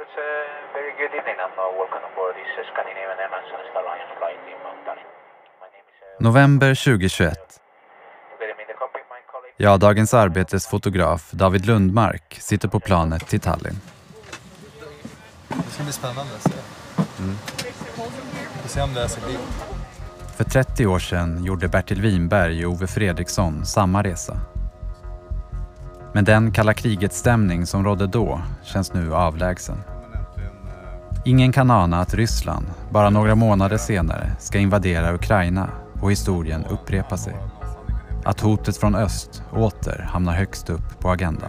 It's a very good evening. I'm welcome aboard this Scandinavian Airlines Star Alliance flight in Mount Tallinn. My name is November 2021. Ja, Dagens Arbetes fotograf David Lundmark sitter på planet till Tallinn. Det ska bli spännande att se. Vi ser om det är så bil. För 30 år sedan gjorde Bertil Winberg och Ove Fredriksson samma resa. Men den kalla kriget-stämning som rådde då känns nu avlägsen. Ingen kan ana att Ryssland, bara några månader senare, ska invadera Ukraina och historien upprepar sig. Att hotet från öst åter hamnar högst upp på agendan.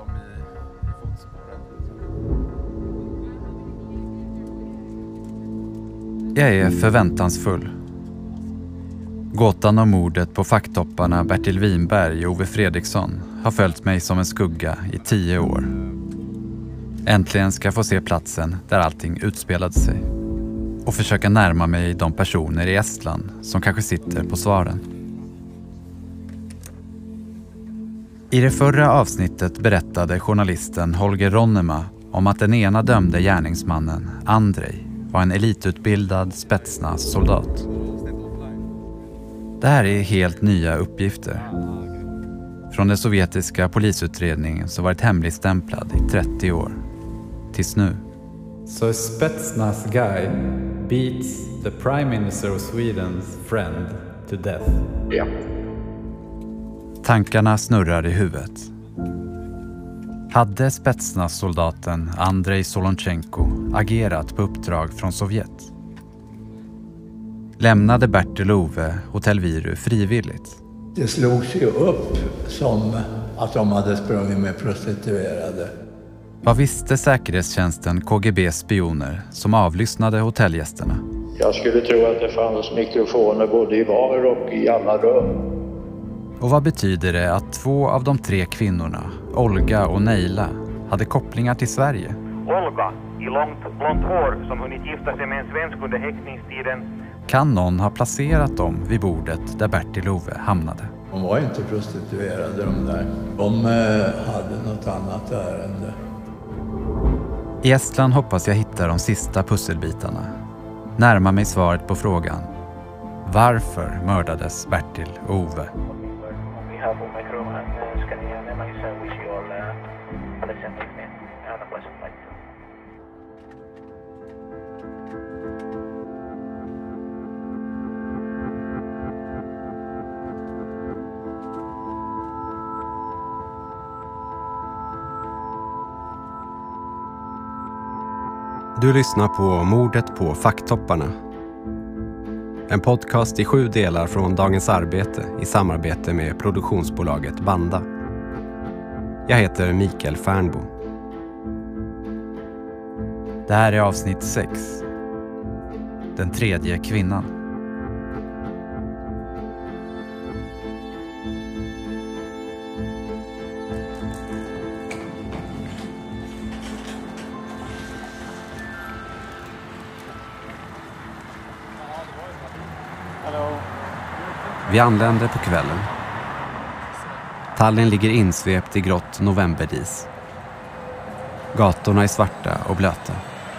Jag är förväntansfull. Gåtan om mordet på facktopparna Bertil Winberg och Ove Fredriksson har följt mig som en skugga i 10 år. Äntligen ska jag få se platsen där allting utspelade sig. Och försöka närma mig de personer i Estland som kanske sitter på svaren. I det förra avsnittet berättade journalisten Holger Ronnema om att den ena dömde gärningsmannen, Andrej, var en elitutbildad Spetsnaz-soldat. Det här är helt nya uppgifter. Från den sovjetiska polisutredningen som varit hemligstämplad i 30 år. Tills nu. So a Spetsnaz guy beats the Prime Minister of Sweden's friend to death. Ja. Tankarna snurrar i huvudet. Hade Spetsnaz-soldaten Andrej Solonchenko agerat på uppdrag från Sovjet? Lämnade Bertil och Ove Hotell Viru frivilligt? Det slogs ju upp som att de hade sprungit med prostituerade. Vad visste säkerhetstjänsten KGBs spioner som avlyssnade hotellgästerna? Jag skulle tro att det fanns mikrofoner både i var och i alla rum. Och vad betyder det att 2 av de 3 kvinnorna, Olga och Neila, hade kopplingar till Sverige? Olga, i långt hår, som hunnit gifta sig med en svensk under häktningstiden. Kan någon ha placerat dem vid bordet där Bertil och Ove hamnade? De var inte prostituerade de där. De hade något annat ärende. I Estland hoppas jag hitta de sista pusselbitarna. Närma mig svaret på frågan. Varför mördades Bertil och Ove? Du lyssnar på Mordet på facktopparna. En podcast i 7 delar från Dagens Arbete i samarbete med produktionsbolaget Banda. Jag heter Mikael Fernbo. Det här är avsnitt 6. Den 3:e kvinnan. Vi anländer på kvällen. Tallinn ligger insvept i grått novemberdis. Gatorna är svarta och blöta.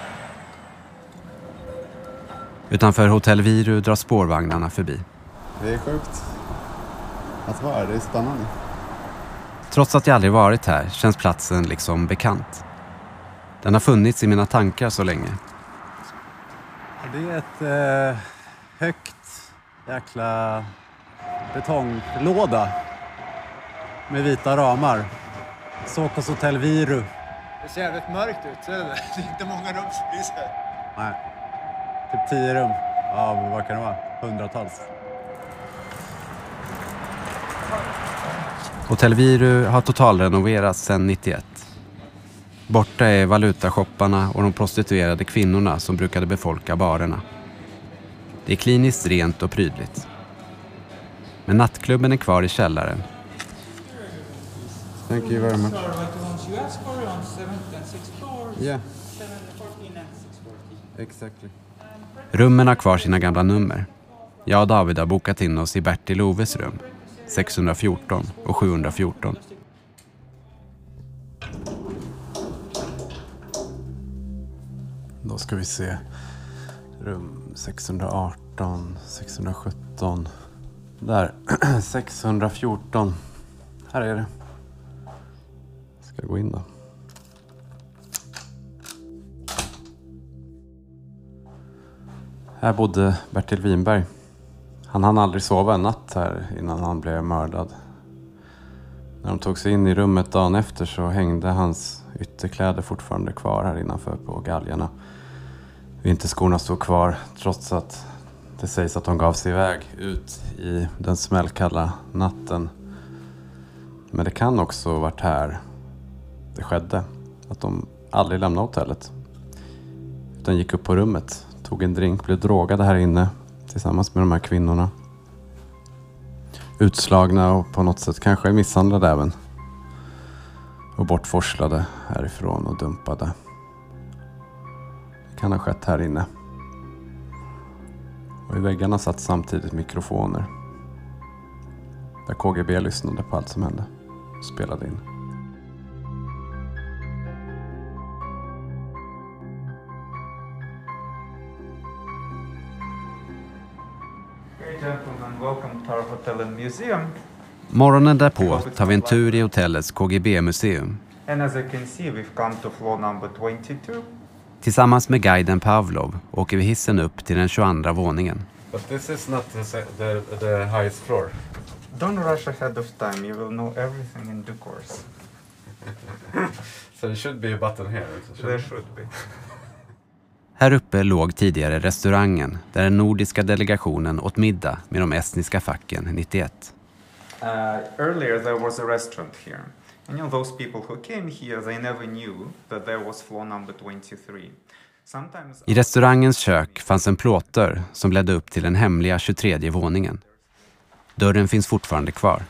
Utanför Hotell Viru drar spårvagnarna förbi. Det är sjukt att vara här, det är spännande. Trots att jag aldrig varit här känns platsen liksom bekant. Den har funnits i mina tankar så länge. Det är ett högt jäkla betonglåda med vita ramar. Sokos Hotell Viru. Det ser jävligt mörkt ut, så är det. Det är inte många rum som lyser. Nej, typ 10 rum av, vad kan det vara, 100-tals. Hotell Viru har totalrenoverats sedan 91. Borta är valutashopparna och de prostituerade kvinnorna som brukade befolka barerna. Det är kliniskt rent och prydligt. Men nattklubben är kvar i källaren. Thank you very much. Yeah. Exactly. Rummen har kvar sina gamla nummer. Jag och David har bokat in oss i Bertil och Oves rum. 614 och 714. Då ska vi se. Rum 618, 617. Där, 614. Här är det. Ska jag gå in då. Här bodde Bertil Winberg. Han hann aldrig sova en natt här innan han blev mördad. När de tog sig in i rummet dagen efter så hängde hans ytterkläder fortfarande kvar här innanför på galgarna. Vinterskorna stod kvar trots att det sägs att de gav sig iväg ut i den smällkalla natten. Men det kan också varit här det skedde. Att de aldrig lämnade hotellet. Utan gick upp på rummet, tog en drink, blev drogade här inne tillsammans med de här kvinnorna. Utslagna och på något sätt kanske misshandlade även. Och bortforslade härifrån och dumpade. Det kan ha skett här inne. Och i väggarna satt samtidigt mikrofoner. Där KGB lyssnade på allt som hände och spelade in. Hey gentlemen, welcome to our hotel and museum. Morgonen därpå tar vi en tur i hotellets KGB-museum. And as you can see, we've come to floor number 22. Tillsammans med guiden Pavlov åker vi hissen upp till den 22:a våningen. But this is not the highest floor. Don't rush ahead of time, you will know everything in due course. So there should be a button here. There should be. Här uppe låg tidigare restaurangen där den nordiska delegationen åt middag med de estniska facken 91. Earlier there was a restaurant here. And you know, those people who came here, they never knew that there was floor number 23. Sometimes... I restaurangens kök fanns en plåtdörr som ledde upp till den hemliga 23:e våningen. Dörren finns fortfarande kvar.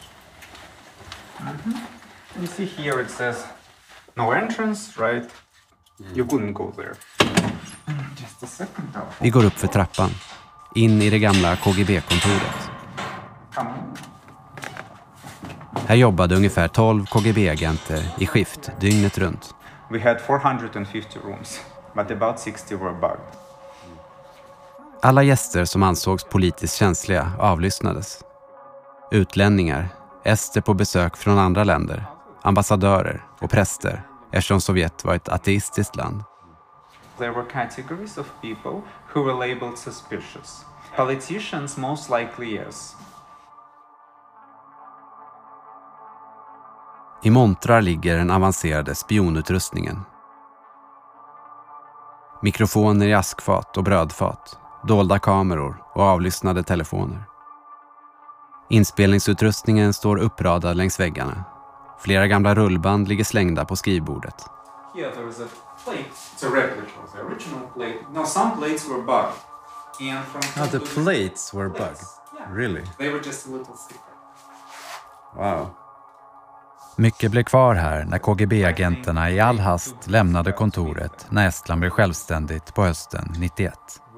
You see here it says no entrance, right? You couldn't go there. Just a second now. Vi går upp för trappan, in i det gamla KGB-kontoret. Come on. Här jobbade ungefär 12 KGB-agenter i skift dygnet runt. We had 450 rooms, but about 60 were bugged. Alla gäster som ansågs politiskt känsliga avlyssnades. Utlänningar, ester på besök från andra länder, ambassadörer och präster, eftersom Sovjet var ett ateistiskt land. There were categories of people who were labeled suspicious. Politicians most likely yes. I montrar ligger den avancerade spionutrustningen. Mikrofoner i askfat och brödfat, dolda kameror och avlyssnade telefoner. Inspelningsutrustningen står uppradad längs väggarna. Flera gamla rullband ligger slängda på skrivbordet. Here there is a plate. It's a replica of the original plate. Now some plates were bugged. And from The plates were bugged. Yeah. Really? They were just a little thicker. Wow. Mycket blev kvar här när KGB-agenterna i all hast lämnade kontoret när Estland blev självständigt på hösten 91.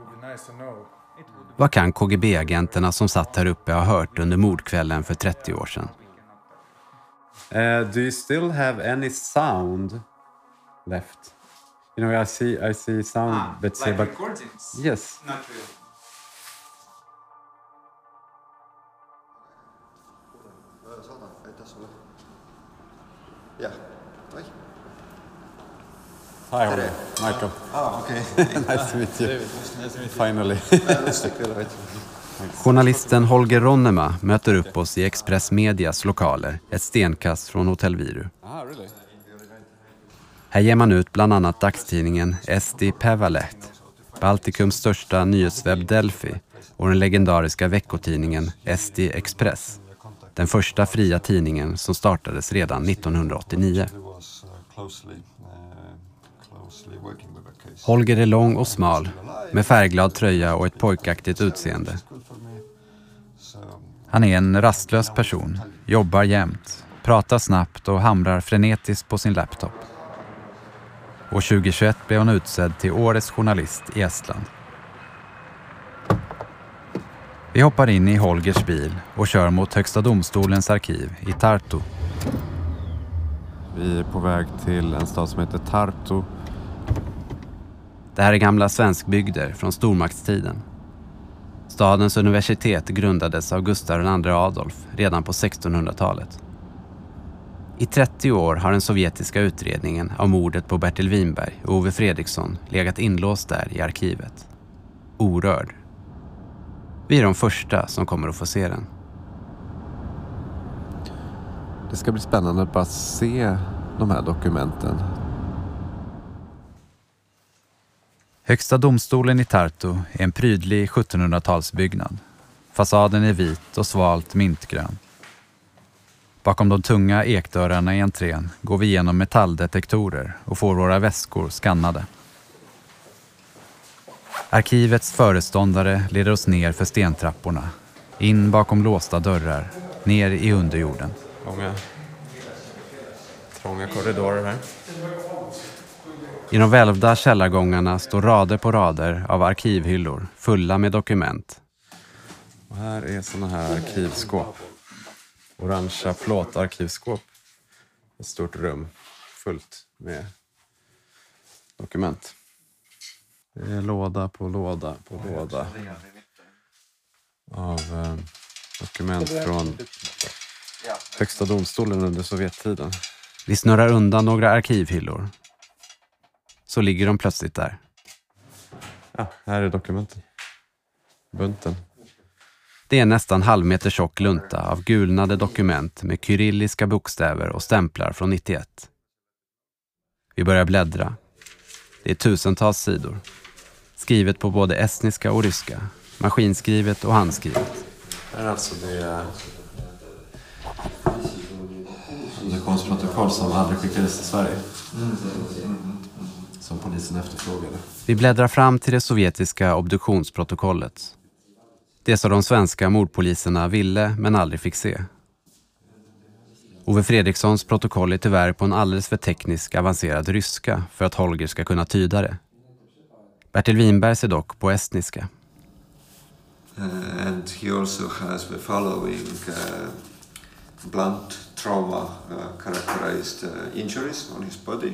Vad kan KGB-agenterna som satt här uppe ha hört under mordkvällen för 30 år sedan? Do you still have any sound left? You know, I see sound bits here, but recordings? yes. Not really. Ja, oj. Hi, Michael. Okej. Nice to meet you. Finally. Journalisten Holger Ronnema möter upp oss i Express Medias lokaler, ett stenkast från Hotell Viru. Här ger man ut bland annat dagstidningen Eesti Päevaleht, Baltikums största nyhetswebb Delfi och den legendariska veckotidningen Eesti Express. Den första fria tidningen som startades redan 1989. Holger är lång och smal, med färgglad tröja och ett pojkaktigt utseende. Han är en rastlös person, jobbar jämt, pratar snabbt och hamrar frenetiskt på sin laptop. År 2021 blev han utsedd till årets journalist i Estland. Vi hoppar in i Holgers bil och kör mot Högsta domstolens arkiv i Tartu. Vi är på väg till en stad som heter Tartu. Det här är gamla svenskbygder från stormaktstiden. Stadens universitet grundades av Gustav II Adolf redan på 1600-talet. I 30 år har den sovjetiska utredningen av mordet på Bertil Whinberg och Ove Fredriksson legat inlåst där i arkivet. Orörd. Vi är de första som kommer att få se den. Det ska bli spännande att bara se de här dokumenten. Högsta domstolen i Tartu är en prydlig 1700-talsbyggnad. Fasaden är vit och svalt mintgrön. Bakom de tunga ekdörrarna i entrén går vi igenom metalldetektorer och får våra väskor skannade. Arkivets föreståndare leder oss ner för stentrapporna, in bakom låsta dörrar, ner i underjorden. Trånga korridorer här. I de välvda källargångarna står rader på rader av arkivhyllor fulla med dokument. Och här är såna här arkivskåp. Orangea plåtarkivskåp. Ett stort rum fullt med dokument. Det är låda på låda på låda av dokument från Högsta domstolen under Sovjettiden. Vi snurrar undan några arkivhyllor. Så ligger de plötsligt där. Ja, här är dokumenten. Bunten. Det är en nästan halvmeter tjock lunta av gulnade dokument med kyrilliska bokstäver och stämplar från 91. Vi börjar bläddra. Det är tusentals sidor. Skrivet på både estniska och ryska. Maskinskrivet och handskrivet. Det är alltså det underkonstprotokoll som aldrig skickades till Sverige. Som polisen efterfrågade. Vi bläddrar fram till det sovjetiska obduktionsprotokollet. Det som de svenska mordpoliserna ville men aldrig fick se. Ove Fredrikssons protokoll är tyvärr på en alldeles för teknisk avancerad ryska för att Holger ska kunna tyda det. Bertil Whinbergs är dock på estniska. And he also has the following blunt trauma characterized injuries on his body.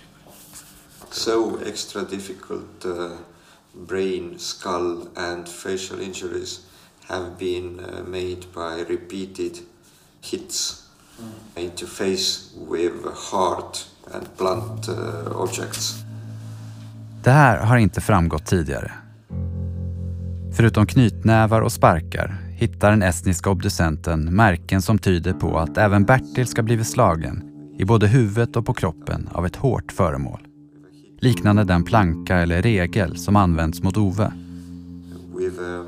So extra difficult brain, skull and facial injuries have been made by repeated hits into face with hard and blunt objects. Det här har inte framgått tidigare. Förutom knytnävar och sparkar hittar den estniska obducenten märken som tyder på att även Bertil ska bli slagen i både huvudet och på kroppen av ett hårt föremål. Liknande den planka eller regel som används mot Ove. With a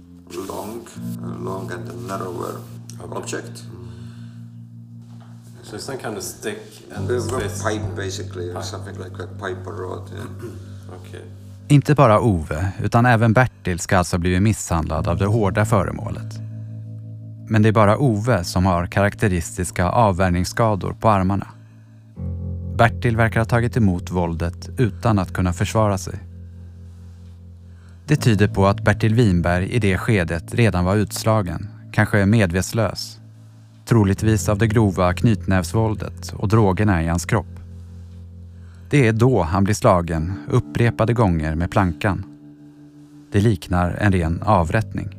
long and narrower object. So it's some kind of stick and a pipe basically, or something like a pipe or rod. Yeah. Okay. Inte bara Ove, utan även Bertil ska alltså bli misshandlad av det hårda föremålet. Men det är bara Ove som har karaktäristiska avvärjningsskador på armarna. Bertil verkar ha tagit emot våldet utan att kunna försvara sig. Det tyder på att Bertil Whinberg i det skedet redan var utslagen, kanske medvetslös. Troligtvis av det grova knytnävsvåldet och drogerna i hans kropp. Det är då han blir slagen upprepade gånger med plankan. Det liknar en ren avrättning.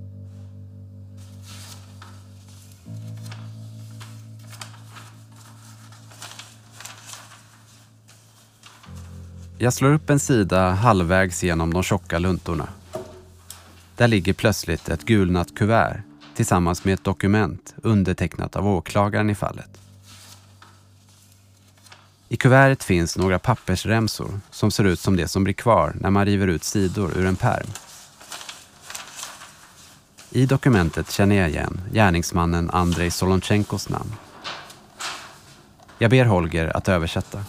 Jag slår upp en sida halvvägs genom de tjocka luntorna. Där ligger plötsligt ett gulnat kuvert tillsammans med ett dokument undertecknat av åklagaren i fallet. I kuvertet finns några pappersremsor som ser ut som det som blir kvar när man river ut sidor ur en pärm. I dokumentet känner jag igen gärningsmannen Andrei Solonchenkos namn. Jag ber Holger att översätta.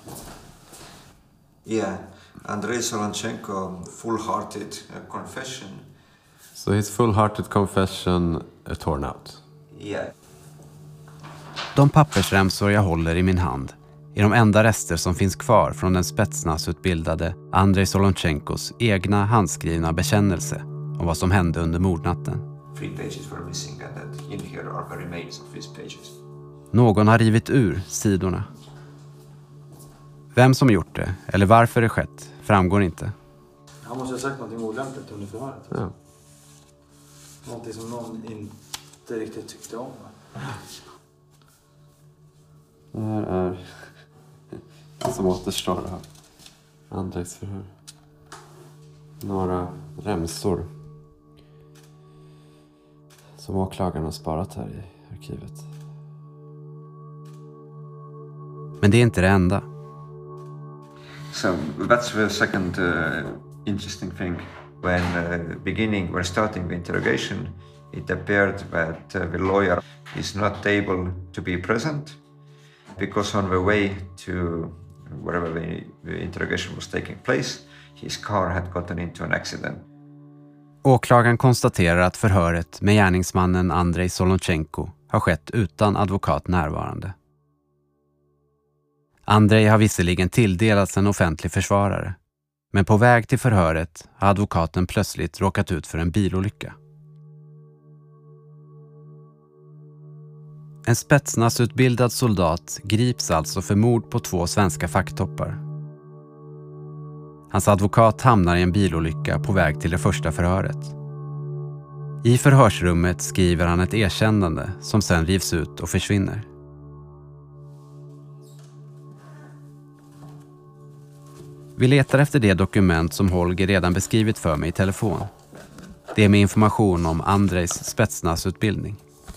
Yeah, Andrei Solonchenko, full-hearted confession. So his full-hearted confession torn out. Yeah. De pappersremsor jag håller i min hand är de enda rester som finns kvar från den spetsnasutbildade Andrei Solonchenkos egna handskrivna bekännelse om vad som hände under mordnatten. 3 pages were missing and that in here are the remains of these pages. Någon har rivit ur sidorna. Vem som gjort det eller varför det skett framgår inte. Han måste ha sagt något olämpligt under förhöret. Ja. Någonting som någon inte riktigt tyckte om. Det här är det som återstår av Andrejs förhör. Några remsor som åklagaren har sparat här i arkivet. Men det är inte det enda. So that's the second interesting thing. When starting the interrogation, it appeared that the lawyer is not able to be present because on the way to wherever the interrogation was taking place, his car had gotten into an accident. Åklagaren konstaterar att förhöret med gärningsmannen Andrei Solonchenko har skett utan advokat närvarande. Andrei har visserligen tilldelats en offentlig försvarare, men på väg till förhöret har advokaten plötsligt råkat ut för en bilolycka. En Spetsnaz-utbildad soldat grips alltså för mord på 2 svenska facktoppar. Hans advokat hamnar i en bilolycka på väg till det första förhöret. I förhörsrummet skriver han ett erkännande som sen rivs ut och försvinner. Vi letar efter det dokument som Holger redan beskrivit för mig i telefon. Det är med information om Andrejs Spetsnaz-utbildning.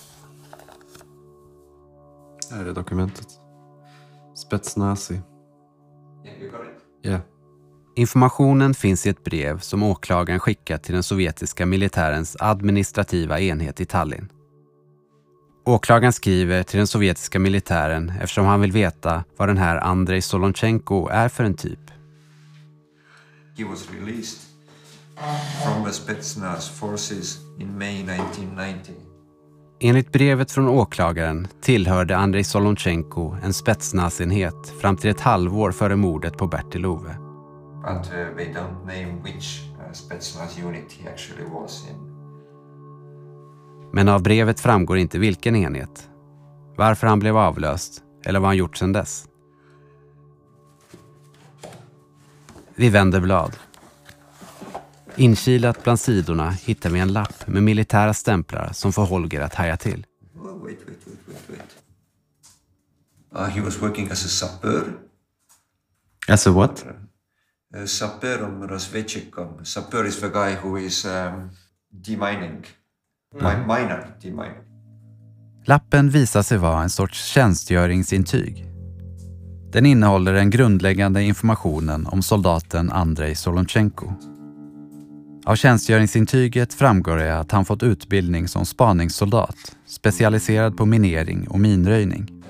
Här är dokumentet. Spetsnazi. Ja. Informationen finns i ett brev som åklagaren skickat till den sovjetiska militärens administrativa enhet i Tallinn. Åklagaren skriver till den sovjetiska militären eftersom han vill veta vad den här Andrei Solonchenko är för en typ. He was released from the Spetsnaz forces in May 1990. Enligt brevet från åklagaren tillhörde Andrei Solonchenko en Spetsnaz-enhet fram till ett halvår före mordet på Bertil Ove. But they don't name which Spetsnaz unit he actually was in. Men av brevet framgår inte vilken enhet, varför han blev avlöst eller vad han gjort sedan dess. Vi vänder blad. Inkilat bland sidorna hittar vi en lapp med militära stämplar som får Holger att haja till. Wait. He was working as a sapper. As a what? Sapper om Razvedchikom. Sapper is the guy who is demining. Miner demining. Lappen visar sig vara en sorts tjänstgöringsintyg. Den innehåller den grundläggande informationen om soldaten Andrei Solonchenko. Av tjänstgöringsintyget framgår det att han fått utbildning som spaningssoldat, specialiserad på minering och minröjning.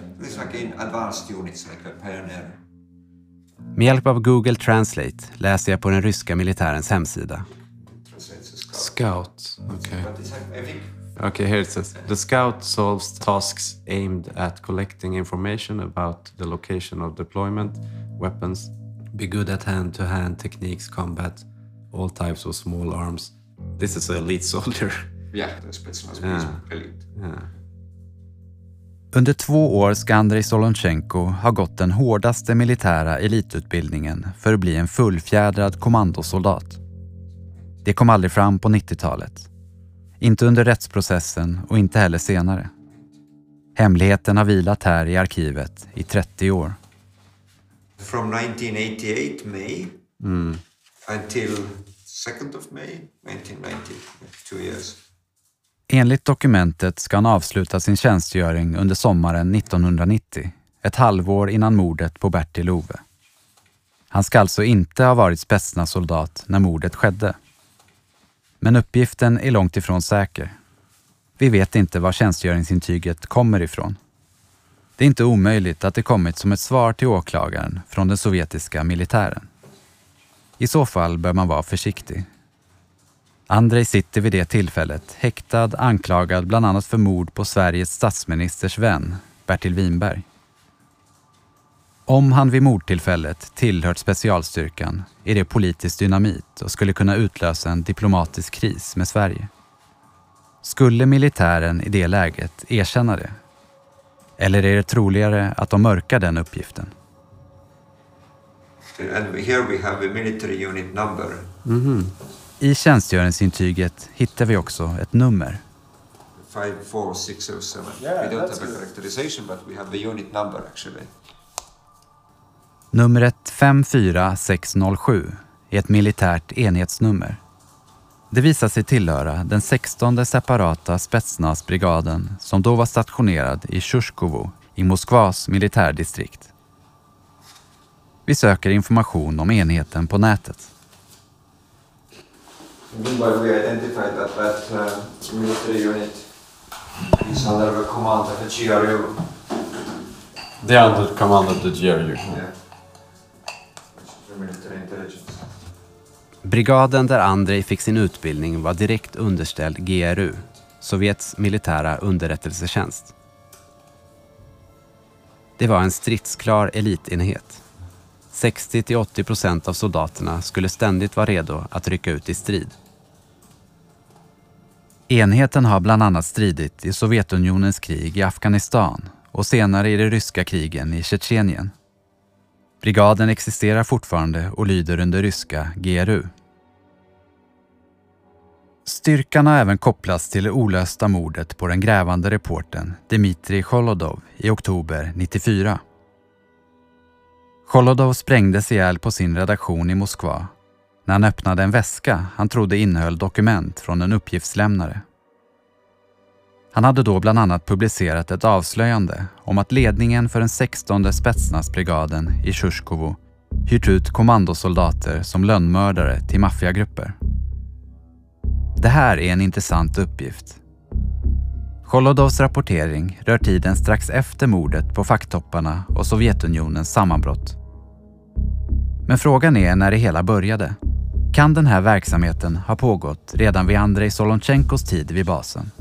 Med hjälp av Google Translate läser jag på den ryska militärens hemsida. Scout, okay. Okay, here it says, the scout solves tasks aimed at collecting information about the location of deployment, weapons, be good at hand-to-hand techniques, combat, all types of small arms. This is an elite soldier. Yeah, the Spetsnaz is elite. Yeah. Under 2 år ska Andrei Solonchenko ha gått den hårdaste militära elitutbildningen för att bli en fullfjädrad kommandosoldat. Det kom aldrig fram på 90-talet. Inte under rättsprocessen och inte heller senare. Hemligheten har vilat här i arkivet i 30 år. From 1988 May until 2nd of May 1990, 2 years. Enligt dokumentet ska han avsluta sin tjänstgöring under sommaren 1990, ett halvår innan mordet på Bertil Ove. Han ska alltså inte ha varit Spetsnaz-soldat när mordet skedde. Men uppgiften är långt ifrån säker. Vi vet inte var tjänstgöringsintyget kommer ifrån. Det är inte omöjligt att det kommit som ett svar till åklagaren från den sovjetiska militären. I så fall bör man vara försiktig. Andrei sitter vid det tillfället häktad, anklagad bland annat för mord på Sveriges statsministers vän, Bertil Whinberg. Om han vid mordtillfället tillhört specialstyrkan är det politisk dynamit och skulle kunna utlösa en diplomatisk kris med Sverige. Skulle militären i det läget erkänna det? Eller är det troligare att de mörkar den uppgiften? And here we have a military unit number. I tjänstgöringsintyget hittar vi också ett nummer. 54607. We don't have a characterization, but we have the unit number actually. Numret 54607 är ett militärt enhetsnummer. Det visar sig tillhöra den 16:e separata Spetsnaz-brigaden som då var stationerad i Shushkovo i Moskvas militärdistrikt. Vi söker information om enheten på nätet. Meanwhile, we identified that military unit is under the command of the GRU. They are under command of the GRU. Yeah. The military intelligence. Brigaden där Andrei fick sin utbildning var direkt underställd GRU, Sovjets militära underrättelsetjänst. Det var en stridsklar elitenhet. 60-80% av soldaterna skulle ständigt vara redo att rycka ut i strid. Enheten har bland annat stridit i Sovjetunionens krig i Afghanistan och senare i de ryska krigen i Tjetjenien. Brigaden existerar fortfarande och lyder under ryska GRU. Styrkan har även kopplats till det olösta mordet på den grävande reportern Dmitrij Cholodov i oktober 94. Cholodov sprängdes ihjäl på sin redaktion i Moskva när han öppnade en väska han trodde innehöll dokument från en uppgiftslämnare. Han hade då bland annat publicerat ett avslöjande om att ledningen för den 16:e Spetsnaz-brigaden i Shushkovo hyrt ut kommandosoldater som lönnmördare till maffiagrupper. Det här är en intressant uppgift. Cholodovs rapportering rör tiden strax efter mordet på facktopparna och Sovjetunionens sammanbrott. Men frågan är när det hela började. Kan den här verksamheten ha pågått redan vid Andrei Solonchenkos tid vid basen?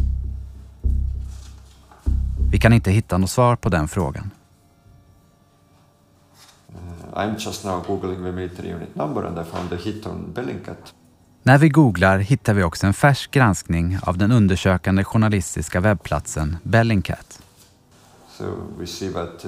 Vi kan inte hitta något svar på den frågan. I'm just now googling the military unit number and I found the hit on Bellingcat. När vi googlar hittar vi också en färsk granskning av den undersökande journalistiska webbplatsen Bellingcat. So we see that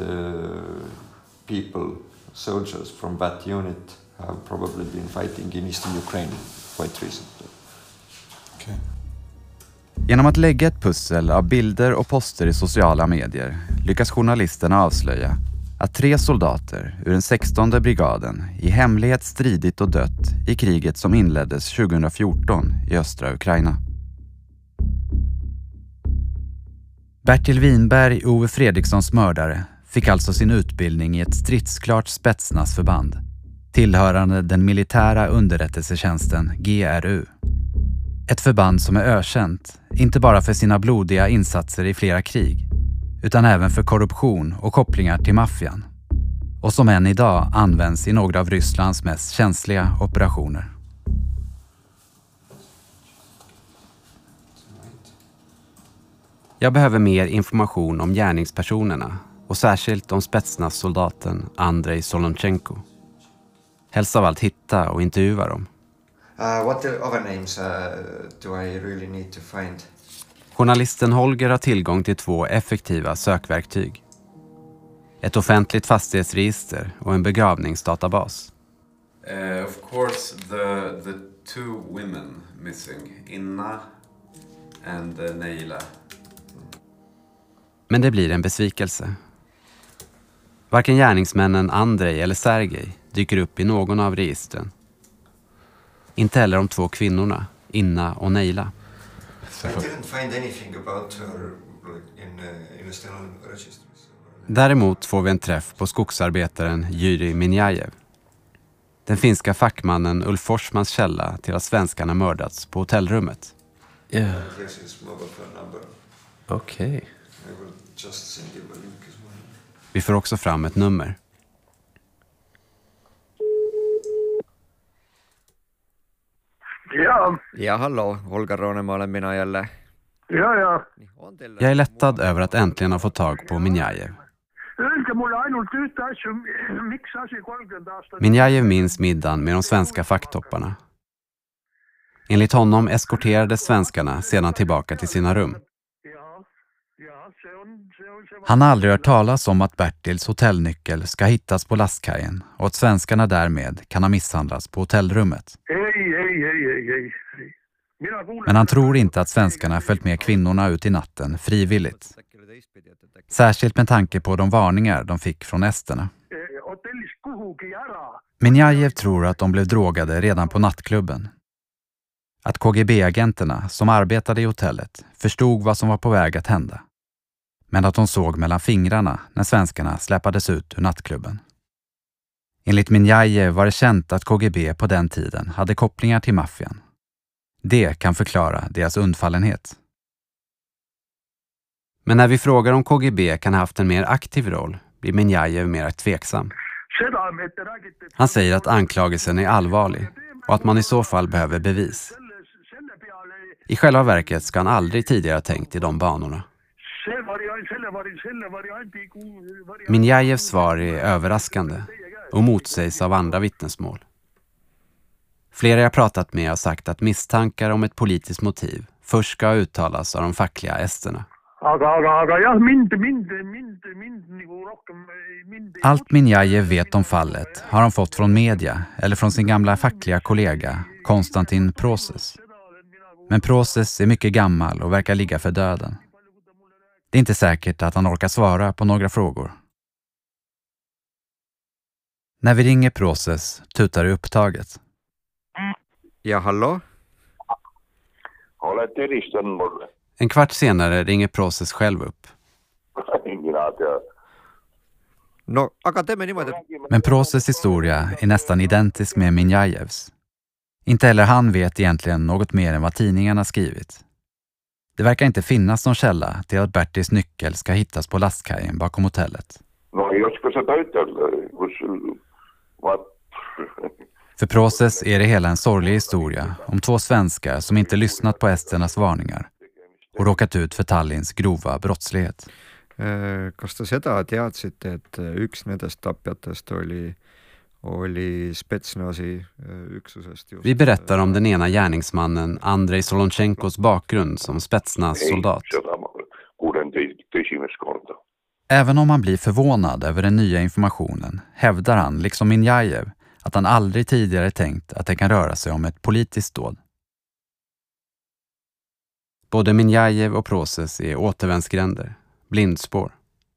soldiers from that unit have probably been fighting in eastern Ukraine quite recently. Okay. Genom att lägga ett pussel av bilder och poster i sociala medier lyckas journalisterna avslöja att 3 soldater ur den 16:e brigaden i hemlighet stridit och dött i kriget som inleddes 2014 i östra Ukraina. Bertil Winberg, Ove Fredrikssons mördare, fick alltså sin utbildning i ett stridsklart Spetsnaz-förband tillhörande den militära underrättelsetjänsten GRU. Ett förband som är ökänt, inte bara för sina blodiga insatser i flera krig, utan även för korruption och kopplingar till maffian. Och som än idag används i några av Rysslands mest känsliga operationer. Jag behöver mer information om gärningspersonerna och särskilt om Spetsnaz-soldaten Andrei Solonchenko. Helst av allt hitta och intervjua dem. What other names do I really need to find? Journalisten Holger har tillgång till 2 effektiva sökverktyg. Ett offentligt fastighetsregister och en begravningsdatabas. Of course the 2 women missing, Inna and Neila. Men det blir en besvikelse. Varken gärningsmännen Andrei eller Sergej dyker upp i någon av registren. Inte heller de 2 kvinnorna, Inna och Neila. I didn't find anything about her in a Stellan register. Däremot får vi en träff på skogsarbetaren Jurij Minjajev. Den finska fackmannen Ulf Forsmans källa till att svenskarna mördats på hotellrummet. Yeah. Okej. Vi får också fram ett nummer. Ja. Ja, hallå. Holger Ronema olen minä jälleen. Ja. Jag är lättad över att äntligen ha fått tag på Minjajev. Minjajev minns middagen med de svenska facktopparna. Enligt honom eskorterade svenskarna sedan tillbaka till sina rum. Han har aldrig hört talas om att Bertils hotellnyckel ska hittas på lastkajen och att svenskarna därmed kan ha misshandlats på hotellrummet. Men han tror inte att svenskarna följt med kvinnorna ut i natten frivilligt. Särskilt med tanke på de varningar de fick från esterna. Minjajev tror att de blev drogade redan på nattklubben. Att KGB-agenterna som arbetade i hotellet förstod vad som var på väg att hända. Men att de såg mellan fingrarna när svenskarna släpades ut ur nattklubben. Enligt Minjajev var det känt att KGB på den tiden hade kopplingar till maffian. Det kan förklara deras undfallenhet. Men när vi frågar om KGB kan ha haft en mer aktiv roll blir Minjajev mer tveksam. Han säger att anklagelsen är allvarlig och att man i så fall behöver bevis. I själva verket ska han aldrig tidigare ha tänkt i de banorna. Minjajevs svar är överraskande och motsägs av andra vittnesmål. Flera jag pratat med har sagt att misstankar om ett politiskt motiv först ska uttalas av de fackliga esterna. Allt Minjajev vet om fallet har han fått från media eller från sin gamla fackliga kollega Konstantin Proces. Men Proces är mycket gammal och verkar ligga för döden. Det är inte säkert att han orkar svara på några frågor. När vi ringer Proces tutar det upptaget. Ja, hallå? En kvart senare ringer Proces själv upp. No, aga teeme niimoodi. Men Proces historia är nästan identisk med Minjajevs. Inte heller han vet egentligen något mer än vad tidningarna skrivit. Det verkar inte finnas någon källa till att Bertils nyckel ska hittas på lastkajen bakom hotellet. För Proces är det hela en sorglig historia om två svenskar som inte lyssnat på esternas varningar och råkat ut för Tallinns grova brottslighet. Kas te seda teadsite, et üks nendest tapjatest oli Spetsnasi üksusest just? Vi berättar om den ena gärningsmannen Andrei Solontjenkos bakgrund som Spetsnas soldat. Även om han blir förvånad över den nya informationen hävdar han, liksom Minjajev, att han aldrig tidigare tänkt att det kan röra sig om ett politiskt dåd. Både Minjajev och Proces är återvändsgränder, blindspår.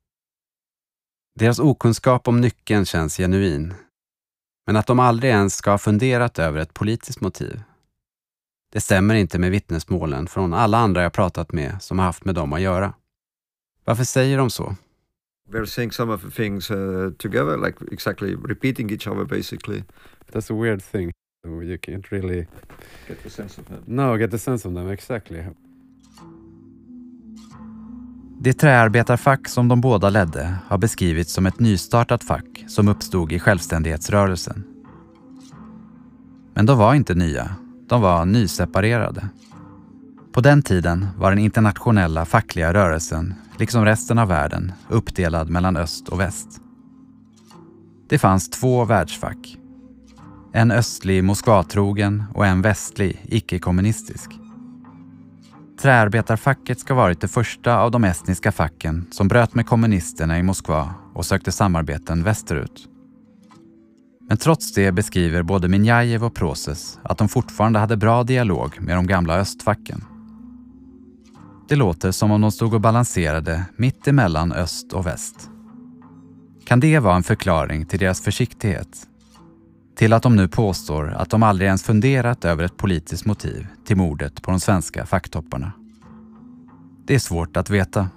Deras okunskap om nyckeln känns genuin, men att de aldrig ens ska ha funderat över ett politiskt motiv. Det stämmer inte med vittnesmålen från alla andra jag pratat med som har haft med dem att göra. Varför säger de så? We're saying some of the things together, like exactly repeating each other basically. That's a weird thing. You can't really Get the sense of them. No, get the sense of them, exactly. Det träarbetarfack som de båda ledde har beskrivits som ett nystartat fack som uppstod i självständighetsrörelsen. Men de var inte nya, de var nyseparerade. På den tiden var den internationella fackliga rörelsen, liksom resten av världen, uppdelad mellan öst och väst. Det fanns två världsfack. En östlig Moskvatrogen och en västlig icke-kommunistisk. Träarbetarfacket ska varit det första av de estniska facken som bröt med kommunisterna i Moskva och sökte samarbeten västerut. Men trots det beskriver både Minjajev och Proces att de fortfarande hade bra dialog med de gamla östfacken. Det låter som om de stod och balanserade mitt emellan öst och väst. Kan det vara en förklaring till deras försiktighet? Till att de nu påstår att de aldrig ens funderat över ett politiskt motiv till mordet på de svenska facktopparna. Det är svårt att veta.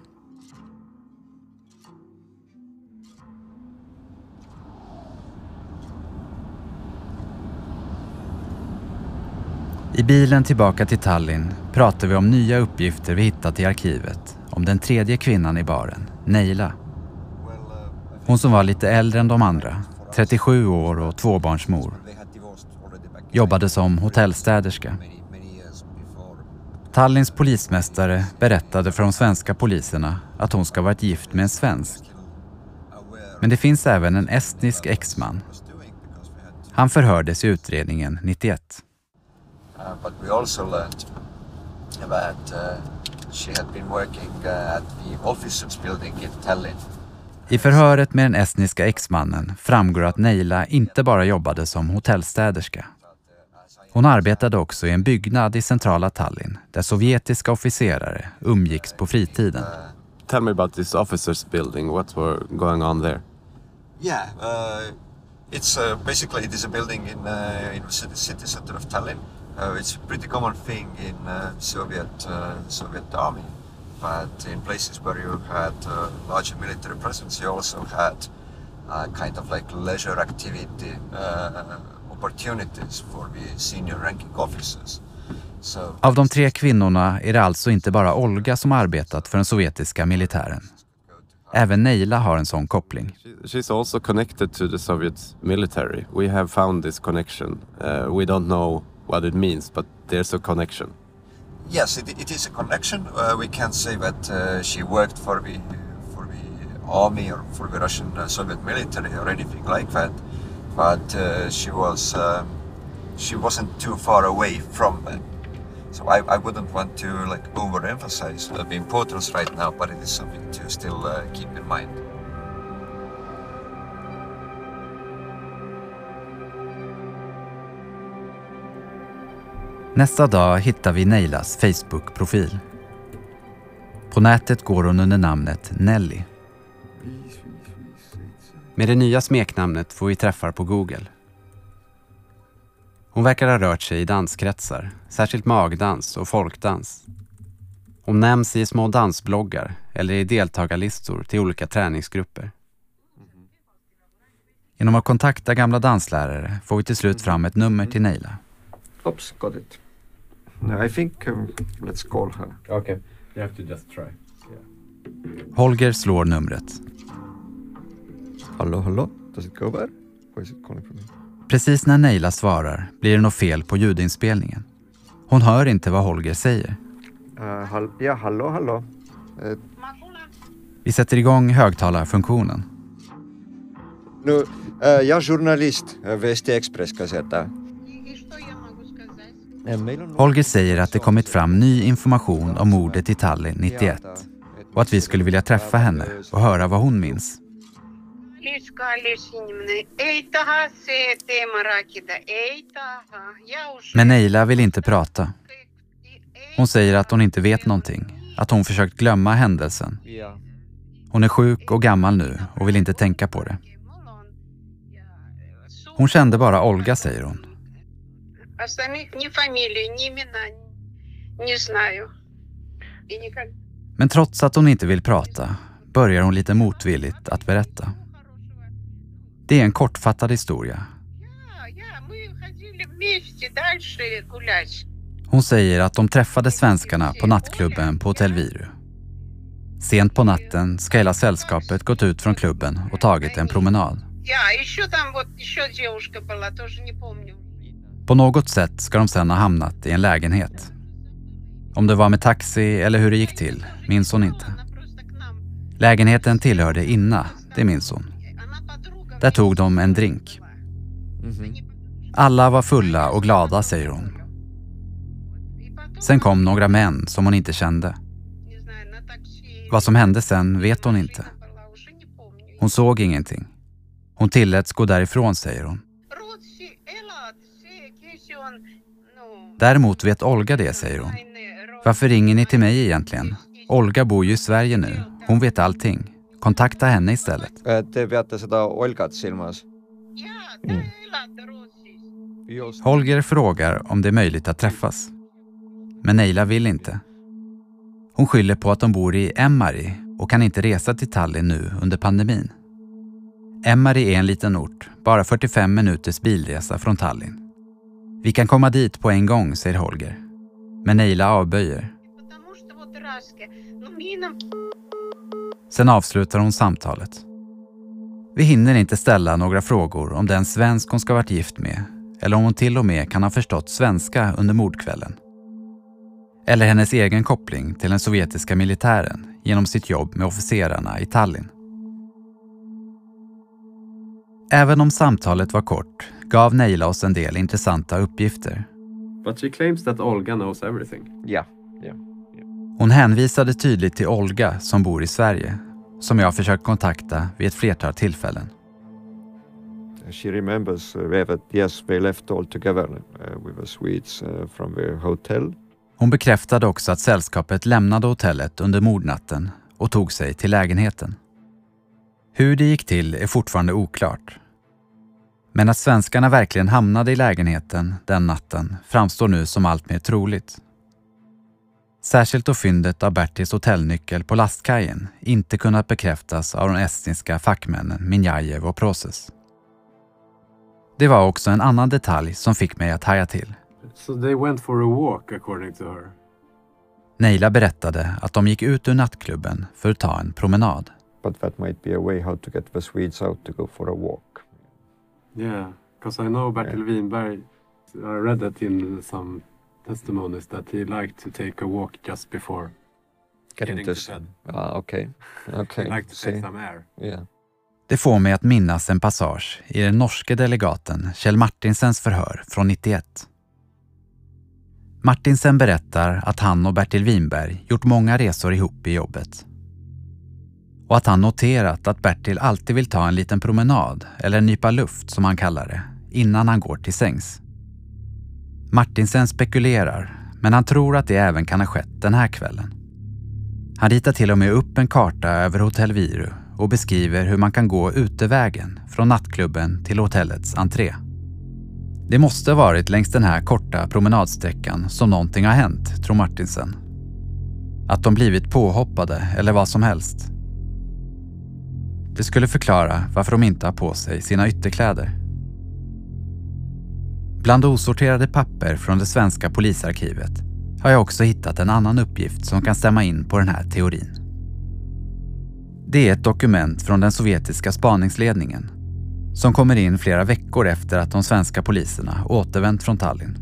I bilen tillbaka till Tallinn pratar vi om nya uppgifter vi hittat i arkivet om den tredje kvinnan i baren, Neila. Hon som var lite äldre än de andra, 37 år och tvåbarnsmor. Jobbade som hotellstäderska. Tallinns polismästare berättade för de svenska poliserna att hon ska varit gift med en svensk. Men det finns även en estnisk exman. Han förhördes i utredningen 91. But we also learned that she had been working at the officers building in Tallinn. I förhöret med den estniska exmannen framgår att Neila inte bara jobbade som hotellstäderska. Hon arbetade också i en byggnad i centrala Tallinn där sovjetiska officerare umgicks på fritiden. Tell me about this officers building. What were going on there? Yeah, it's basically it is a building in the city center of Tallinn. It's a pretty common thing in Soviet army, but in places where you had larger military presence, you also had kind of like leisure activity opportunities for the senior ranking officers. Av de 3 kvinnorna är det alltså inte bara Olga som arbetat för den sovjetiska militären. Även Neila har en sån koppling. She's also connected to the Soviet military. We have found this connection. We don't know what it means, but there's a connection. Yes, it is a connection. We can't say that she worked for the army or for the Russian Soviet military or anything like that, but she wasn't too far away from them. So I wouldn't want to like overemphasize the importance right now, but it is something to still keep in mind. Nästa dag hittar vi Neilas Facebook-profil. På nätet går hon under namnet Nelly. Med det nya smeknamnet får vi träffar på Google. Hon verkar ha rört sig i danskretsar, särskilt magdans och folkdans. Hon nämns i små dansbloggar eller i deltagarlistor till olika träningsgrupper. Genom att kontakta gamla danslärare får vi till slut fram ett nummer till Neila. Oops, got it. No, I think let's call her. Okay, you have to just try. Yeah. Holger slår numret. Hallå, does it go there? Or is it calling from me? Precis när Neila svarar blir det något fel på ljudinspelningen. Hon hör inte vad Holger säger. Ja, hallå. Vi sätter igång högtalarfunktionen. Nu, jag är journalist, Vesti Express-kaseta. Holger säger att det kommit fram ny information om mordet i Tallinn 91 och att vi skulle vilja träffa henne och höra vad hon minns. Men Neila vill inte prata. Hon säger att hon inte vet någonting, att hon försökt glömma händelsen. Hon är sjuk och gammal nu och vill inte tänka på det. Hon kände bara Olga, säger hon. Men trots att hon inte vill prata börjar hon lite motvilligt att berätta. Det är en kortfattad historia. Hon säger att de träffade svenskarna på nattklubben på Hotell Viru. Sent på natten ska hela sällskapet gått ut från klubben och tagit en promenad. På något sätt ska de sedan ha hamnat i en lägenhet. Om det var med taxi eller hur det gick till minns hon inte. Lägenheten tillhörde Inna, det minns hon. Där tog de en drink. Alla var fulla och glada, säger hon. Sen kom några män som hon inte kände. Vad som hände sen vet hon inte. Hon såg ingenting. Hon tilläts gå därifrån, säger hon. Däremot vet Olga det, säger hon. Varför ringer ni till mig egentligen? Olga bor ju i Sverige nu. Hon vet allting. Kontakta henne istället. Te peate seda Olgat silmas? Holger frågar om det är möjligt att träffas. Men Neila vill inte. Hon skyller på att de bor i Ämari och kan inte resa till Tallinn nu under pandemin. Ämari är en liten ort, bara 45 minuters bilresa från Tallinn. Vi kan komma dit på en gång, säger Holger. Men Neila avböjer. Sen avslutar hon samtalet. Vi hinner inte ställa några frågor om den svensk hon ska varit gift med, eller om hon till och med kan ha förstått svenska under mordkvällen. Eller hennes egen koppling till den sovjetiska militären genom sitt jobb med officerarna i Tallinn. Även om samtalet var kort gav Neila oss en del intressanta uppgifter. But she claims that Olga knows everything. Yeah. Hon hänvisade tydligt till Olga som bor i Sverige, som jag försökt kontakta vid ett flertal tillfällen. She remembers that yes, they left all together with the Swedes from the hotel. Hon bekräftade också att sällskapet lämnade hotellet under mordnatten och tog sig till lägenheten. Hur det gick till är fortfarande oklart. Men att svenskarna verkligen hamnade i lägenheten den natten framstår nu som allt mer troligt. Särskilt då fyndet av Bertils hotellnyckel på lastkajen inte kunnat bekräftas av de estniska fackmännen Minjajev och Proses. Det var också en annan detalj som fick mig att haja till. So they went for a walk according to her. Neila berättade att de gick ut ur nattklubben för att ta en promenad. But that might be a way how to get the Swedes out to go for a walk. Yeah, because I know Bertil Winberg, I read that in some testimonies that he liked to take a walk just before getting to bed. Okay. He liked to take some air. Yeah. Det får mig att minnas en passage i den norske delegaten Kjell Martinsens förhör från 91. Martinsen berättar att han och Bertil Winberg gjort många resor ihop i jobbet. Och att han noterat att Bertil alltid vill ta en liten promenad, eller en nypa luft som han kallar det, innan han går till sängs. Martinsen spekulerar, men han tror att det även kan ha skett den här kvällen. Han ritar till och med upp en karta över Hotell Viru och beskriver hur man kan gå utevägen från nattklubben till hotellets entré. Det måste ha varit längs den här korta promenadsträckan som någonting har hänt, tror Martinsen. Att de blivit påhoppade eller vad som helst. Det skulle förklara varför de inte har på sig sina ytterkläder. Bland osorterade papper från det svenska polisarkivet har jag också hittat en annan uppgift som kan stämma in på den här teorin. Det är ett dokument från den sovjetiska spaningsledningen som kommer in flera veckor efter att de svenska poliserna återvänt från Tallinn.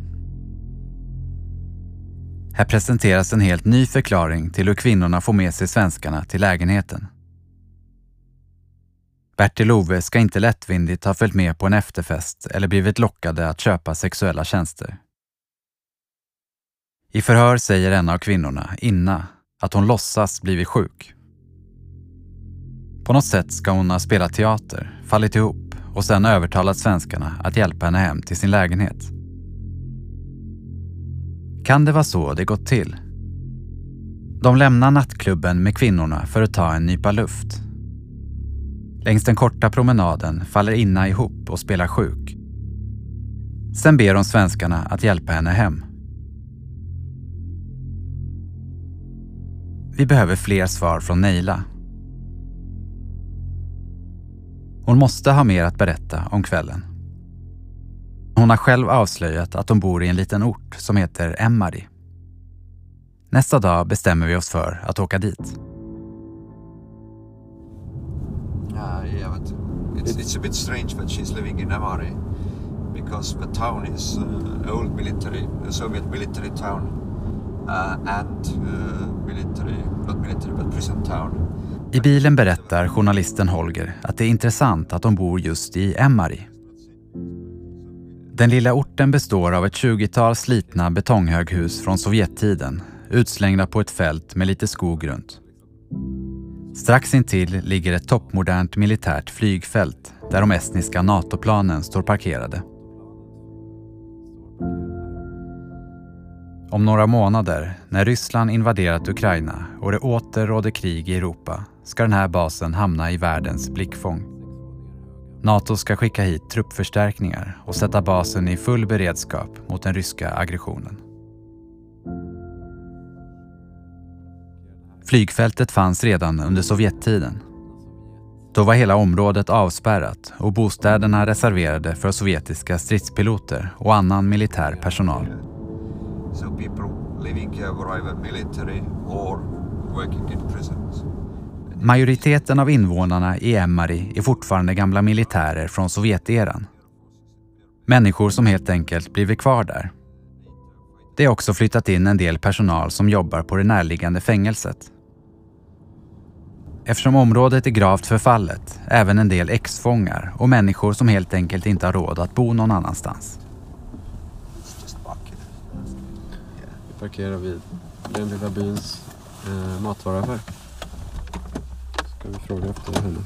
Här presenteras en helt ny förklaring till hur kvinnorna får med sig svenskarna till lägenheten. Bertil och Ove ska inte lättvindigt ha följt med på en efterfest eller blivit lockade att köpa sexuella tjänster. I förhör säger en av kvinnorna, Inna, att hon låtsas blivit sjuk. På något sätt ska hon ha spelat teater, fallit ihop och sedan övertalat svenskarna att hjälpa henne hem till sin lägenhet. Kan det vara så det gått till? De lämnar nattklubben med kvinnorna för att ta en nypa luft. Längs den korta promenaden faller Inna ihop och spelar sjuk. Sen ber de svenskarna att hjälpa henne hem. Vi behöver fler svar från Neila. Hon måste ha mer att berätta om kvällen. Hon har själv avslöjat att hon bor i en liten ort som heter Ämari. Nästa dag bestämmer vi oss för att åka dit. Yeah, but it's a bit strange that she's living in Ämari because the town is old military, a Soviet military town and not military but prison town. I bilen berättar journalisten Holger att det är intressant att de bor just i Ämari. Den lilla orten består av ett 20-tal slitna betonghöghus från Sovjettiden, utslängda på ett fält med lite skog runt. Strax intill ligger ett toppmodernt militärt flygfält där de estniska NATO-planen står parkerade. Om några månader, när Ryssland invaderat Ukraina och det åter råder krig i Europa, ska den här basen hamna i världens blickfång. NATO ska skicka hit truppförstärkningar och sätta basen i full beredskap mot den ryska aggressionen. Flygfältet fanns redan under Sovjettiden. Då var hela området avspärrat och bostäderna reserverade för sovjetiska stridspiloter och annan militär personal. So people living here were either military or working in prisons. Majoriteten av invånarna i Ämari är fortfarande gamla militärer från Sovjeteran. Människor som helt enkelt blivit kvar där. Det är också flyttat in en del personal som jobbar på det närliggande fängelset. Eftersom området är gravt förfallet, även en del ex-fångar och människor som helt enkelt inte har råd att bo någon annanstans. Vi parkerar vid den lilla byns matvaruaffär. Ska vi fråga efter henne.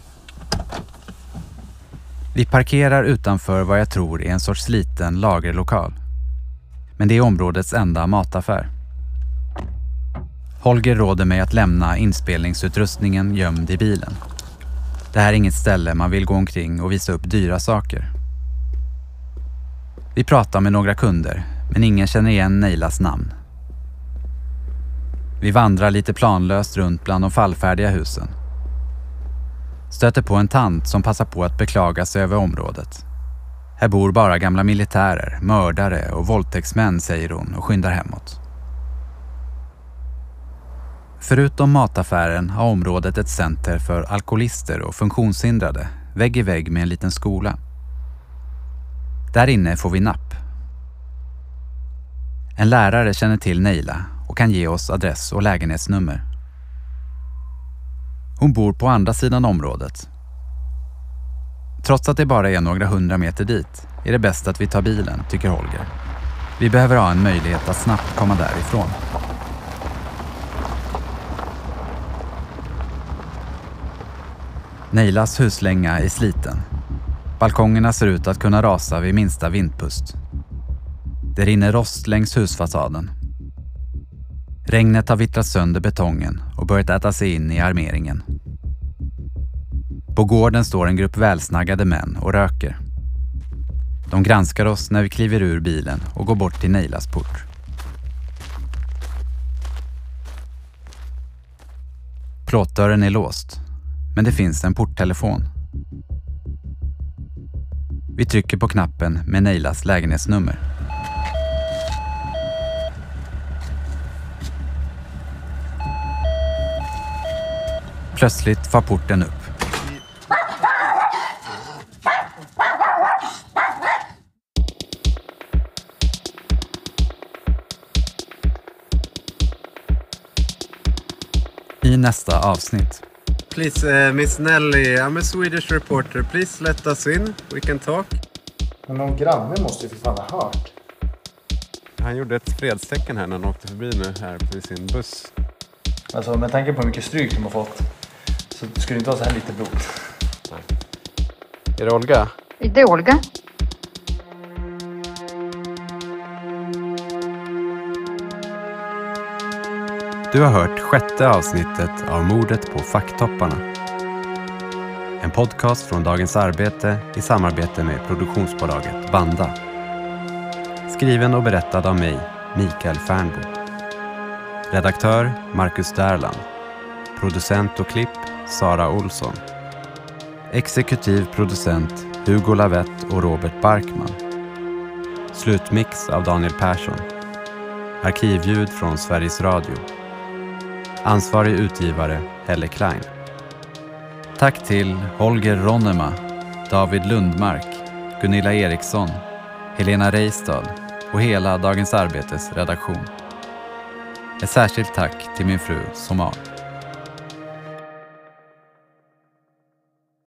Vi parkerar utanför vad jag tror är en sorts liten lagerlokal. Men det är områdets enda mataffär. Holger råder mig att lämna inspelningsutrustningen gömd i bilen. Det här är inget ställe man vill gå omkring och visa upp dyra saker. Vi pratar med några kunder, men ingen känner igen Neilas namn. Vi vandrar lite planlöst runt bland de fallfärdiga husen. Stöter på en tant som passar på att beklaga sig över området. Här bor bara gamla militärer, mördare och våldtäktsmän, säger hon och skyndar hemåt. Förutom mataffären har området ett center för alkoholister och funktionshindrade, vägg i vägg med en liten skola. Där inne får vi napp. En lärare känner till Neila och kan ge oss adress och lägenhetsnummer. Hon bor på andra sidan området. Trots att det bara är några 100 meter dit är det bäst att vi tar bilen, tycker Holger. Vi behöver ha en möjlighet att snabbt komma därifrån. Neilas huslänga är sliten. Balkongerna ser ut att kunna rasa vid minsta vindpust. Det rinner rost längs husfasaden. Regnet har vittrat sönder betongen och börjat äta sig in i armeringen. På gården står en grupp välsnaggade män och röker. De granskar oss när vi kliver ur bilen och går bort till Neilas port. Plåtdörren är låst, men det finns en porttelefon. Vi trycker på knappen med Neilas lägenhetsnummer. Plötsligt far porten upp. I nästa avsnitt. Please, Miss Nelly, I'm a Swedish reporter. Please let us in. We can talk. Men någon granne måste ju för fan ha hört. Han gjorde ett fredstecken här när han åkte förbi nu här på sin buss. Alltså med tanke på hur mycket stryk de har fått så skulle det inte vara så här lite blod. Nej. Är det Olga? Det är Olga. Du har hört 6:e avsnittet av Mordet på Facktopparna. En podcast från Dagens Arbete i samarbete med produktionsbolaget Banda. Skriven och berättad av mig, Mikael Fernbo. Redaktör Marcus Därland. Producent och klipp Sara Olsson. Exekutiv producent Hugo Lavett och Robert Barkman. Slutmix av Daniel Persson. Arkivljud från Sveriges Radio. Ansvarig utgivare Helle Klein. Tack till Holger Ronnema, David Lundmark, Gunilla Eriksson, Helena Reistad och hela Dagens Arbetes redaktion. Ett särskilt tack till min fru Somal.